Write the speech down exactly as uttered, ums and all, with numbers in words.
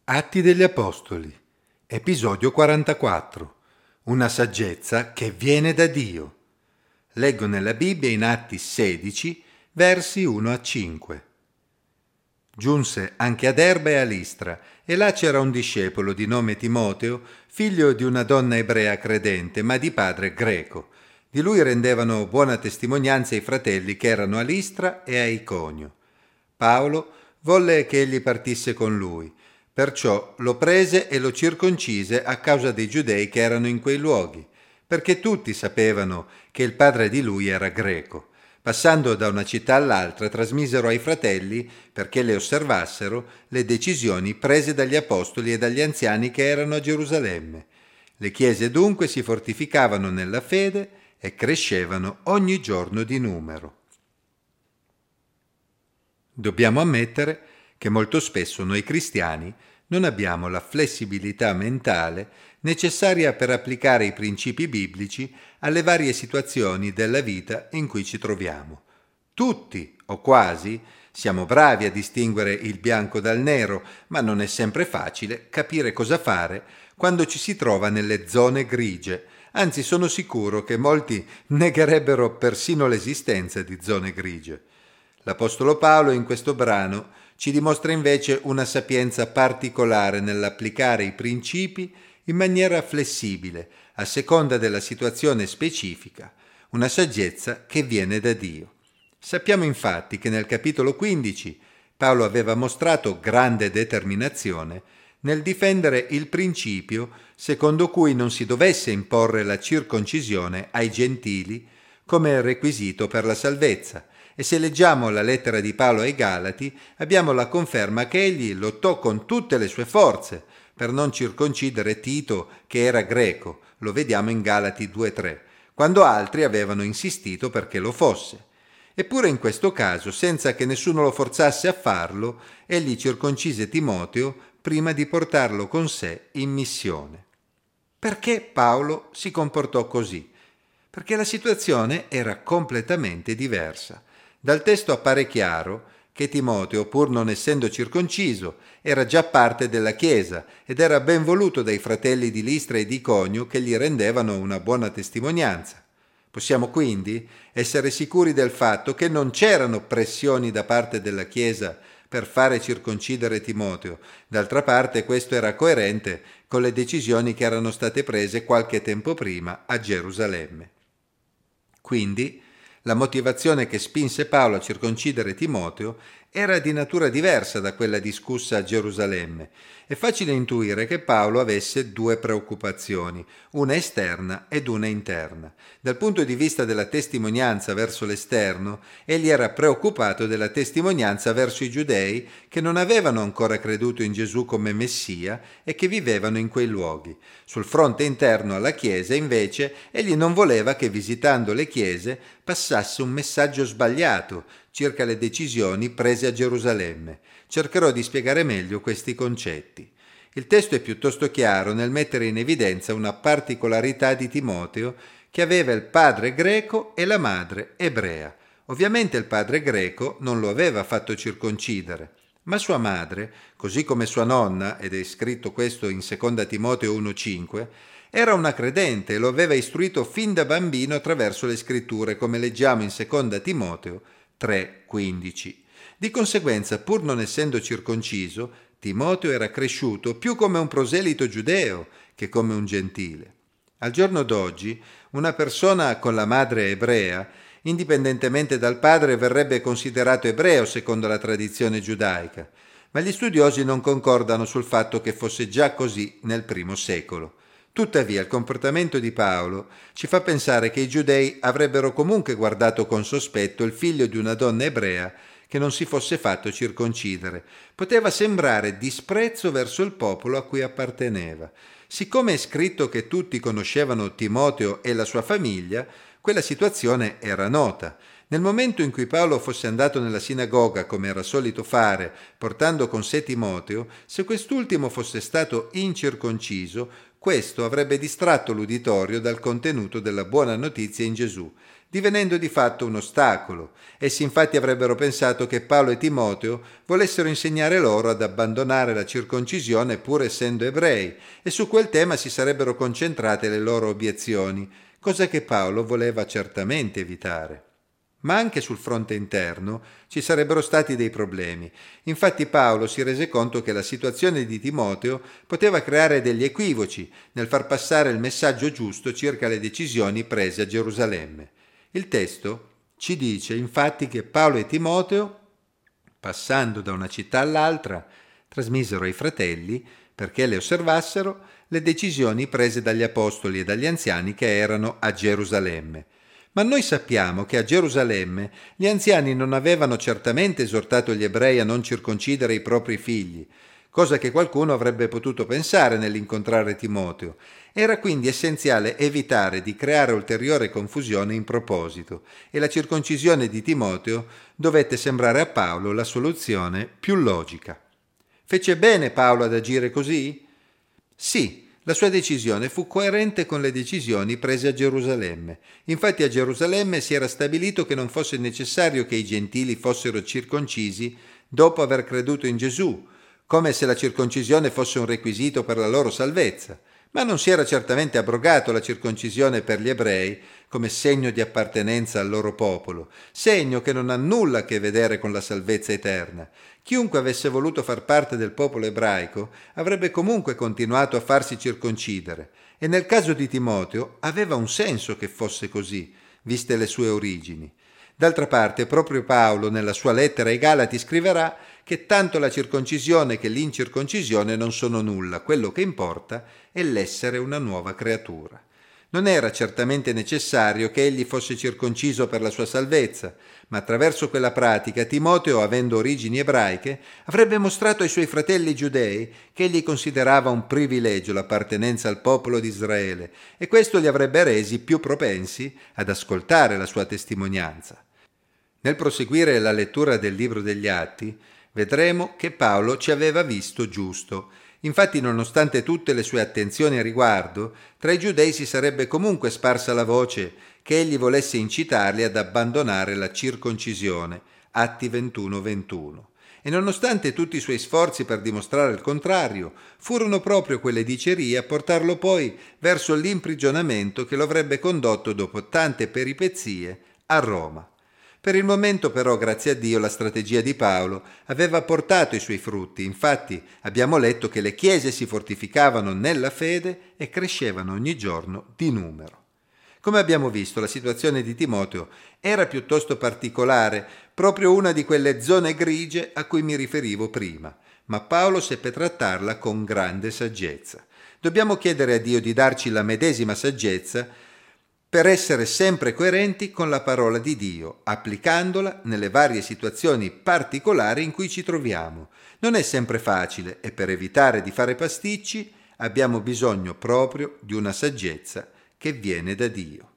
Atti degli Apostoli, episodio quarantaquattro. Una saggezza che viene da Dio. Leggo nella Bibbia in Atti sedici, versi uno a cinque. Giunse anche a Derbe e a Listra, e là c'era un discepolo di nome Timoteo, figlio di una donna ebrea credente, ma di padre greco. Di lui rendevano buona testimonianza i fratelli che erano a Listra e a Iconio. Paolo volle che egli partisse con lui. Perciò lo prese e lo circoncise a causa dei giudei che erano in quei luoghi, perché tutti sapevano che il padre di lui era greco. Passando da una città all'altra, trasmisero ai fratelli, perché le osservassero, le decisioni prese dagli apostoli e dagli anziani che erano a Gerusalemme. Le chiese dunque si fortificavano nella fede e crescevano ogni giorno di numero. Dobbiamo ammettere che molto spesso noi cristiani non abbiamo la flessibilità mentale necessaria per applicare i principi biblici alle varie situazioni della vita in cui ci troviamo. Tutti, o quasi, siamo bravi a distinguere il bianco dal nero, ma non è sempre facile capire cosa fare quando ci si trova nelle zone grigie. Anzi, sono sicuro che molti negherebbero persino l'esistenza di zone grigie. L'Apostolo Paolo in questo brano ci dimostra invece una sapienza particolare nell'applicare i principi in maniera flessibile, a seconda della situazione specifica, una saggezza che viene da Dio. Sappiamo infatti che nel capitolo quindici Paolo aveva mostrato grande determinazione nel difendere il principio secondo cui non si dovesse imporre la circoncisione ai gentili come requisito per la salvezza. E se leggiamo la lettera di Paolo ai Galati, abbiamo la conferma che egli lottò con tutte le sue forze per non circoncidere Tito, che era greco, lo vediamo in Galati due tre, quando altri avevano insistito perché lo fosse. Eppure in questo caso, senza che nessuno lo forzasse a farlo, egli circoncise Timoteo prima di portarlo con sé in missione. Perché Paolo si comportò così? Perché la situazione era completamente diversa. Dal testo appare chiaro che Timoteo, pur non essendo circonciso, era già parte della Chiesa ed era ben voluto dai fratelli di Listra e di Iconio che gli rendevano una buona testimonianza. Possiamo quindi essere sicuri del fatto che non c'erano pressioni da parte della Chiesa per fare circoncidere Timoteo. D'altra parte questo era coerente con le decisioni che erano state prese qualche tempo prima a Gerusalemme. Quindi la motivazione che spinse Paolo a circoncidere Timoteo era di natura diversa da quella discussa a Gerusalemme. È facile intuire che Paolo avesse due preoccupazioni, una esterna ed una interna. Dal punto di vista della testimonianza verso l'esterno, egli era preoccupato della testimonianza verso i giudei che non avevano ancora creduto in Gesù come Messia e che vivevano in quei luoghi. Sul fronte interno alla Chiesa, invece, egli non voleva che visitando le chiese passasse un messaggio sbagliato circa le decisioni prese a Gerusalemme. Cercherò di spiegare meglio questi concetti. Il testo è piuttosto chiaro nel mettere in evidenza una particolarità di Timoteo che aveva il padre greco e la madre ebrea. Ovviamente il padre greco non lo aveva fatto circoncidere, ma sua madre, così come sua nonna, ed è scritto questo in seconda Timoteo uno cinque, era una credente e lo aveva istruito fin da bambino attraverso le scritture, come leggiamo in seconda Timoteo tre quindici. Di conseguenza, pur non essendo circonciso, Timoteo era cresciuto più come un proselito giudeo che come un gentile. Al giorno d'oggi, una persona con la madre ebrea, indipendentemente dal padre, verrebbe considerato ebreo secondo la tradizione giudaica, ma gli studiosi non concordano sul fatto che fosse già così nel primo secolo. Tuttavia, il comportamento di Paolo ci fa pensare che i giudei avrebbero comunque guardato con sospetto il figlio di una donna ebrea che non si fosse fatto circoncidere. Poteva sembrare disprezzo verso il popolo a cui apparteneva. Siccome è scritto che tutti conoscevano Timoteo e la sua famiglia, quella situazione era nota. Nel momento in cui Paolo fosse andato nella sinagoga, come era solito fare, portando con sé Timoteo, se quest'ultimo fosse stato incirconciso, questo avrebbe distratto l'uditorio dal contenuto della buona notizia in Gesù. divenendo di fatto un ostacolo. Essi infatti avrebbero pensato che Paolo e Timoteo volessero insegnare loro ad abbandonare la circoncisione pur essendo ebrei, e su quel tema si sarebbero concentrate le loro obiezioni, cosa che Paolo voleva certamente evitare. Ma anche sul fronte interno ci sarebbero stati dei problemi. Infatti Paolo si rese conto che la situazione di Timoteo poteva creare degli equivoci nel far passare il messaggio giusto circa le decisioni prese a Gerusalemme. Il testo ci dice infatti che Paolo e Timoteo, passando da una città all'altra, trasmisero ai fratelli, perché le osservassero, le decisioni prese dagli apostoli e dagli anziani che erano a Gerusalemme. Ma noi sappiamo che a Gerusalemme gli anziani non avevano certamente esortato gli ebrei a non circoncidere i propri figli, cosa che qualcuno avrebbe potuto pensare nell'incontrare Timoteo. Era quindi essenziale evitare di creare ulteriore confusione in proposito, e la circoncisione di Timoteo dovette sembrare a Paolo la soluzione più logica. Fece bene Paolo ad agire così? Sì. La sua decisione fu coerente con le decisioni prese a Gerusalemme. Infatti a Gerusalemme si era stabilito che non fosse necessario che i gentili fossero circoncisi dopo aver creduto in Gesù, come se la circoncisione fosse un requisito per la loro salvezza. Ma non si era certamente abrogato la circoncisione per gli ebrei come segno di appartenenza al loro popolo, segno che non ha nulla a che vedere con la salvezza eterna. Chiunque avesse voluto far parte del popolo ebraico avrebbe comunque continuato a farsi circoncidere, e nel caso di Timoteo aveva un senso che fosse così, viste le sue origini. D'altra parte, proprio Paolo nella sua lettera ai Galati scriverà che tanto la circoncisione che l'incirconcisione non sono nulla, quello che importa è l'essere una nuova creatura. Non era certamente necessario che egli fosse circonciso per la sua salvezza, ma attraverso quella pratica Timoteo, avendo origini ebraiche, avrebbe mostrato ai suoi fratelli giudei che egli considerava un privilegio l'appartenenza al popolo di Israele, e questo li avrebbe resi più propensi ad ascoltare la sua testimonianza. Nel proseguire la lettura del libro degli Atti, vedremo che Paolo ci aveva visto giusto. Infatti, nonostante tutte le sue attenzioni a riguardo, tra i giudei si sarebbe comunque sparsa la voce che egli volesse incitarli ad abbandonare la circoncisione. Atti ventuno ventuno. E nonostante tutti i suoi sforzi per dimostrare il contrario, furono proprio quelle dicerie a portarlo poi verso l'imprigionamento che lo avrebbe condotto dopo tante peripezie a Roma. Per il momento però, grazie a Dio, la strategia di Paolo aveva portato i suoi frutti. Infatti abbiamo letto che le chiese si fortificavano nella fede e crescevano ogni giorno di numero. Come abbiamo visto, la situazione di Timoteo era piuttosto particolare, proprio una di quelle zone grigie a cui mi riferivo prima, ma Paolo seppe trattarla con grande saggezza. Dobbiamo chiedere a Dio di darci la medesima saggezza per essere sempre coerenti con la parola di Dio, applicandola nelle varie situazioni particolari in cui ci troviamo. Non è sempre facile e per evitare di fare pasticci abbiamo bisogno proprio di una saggezza che viene da Dio.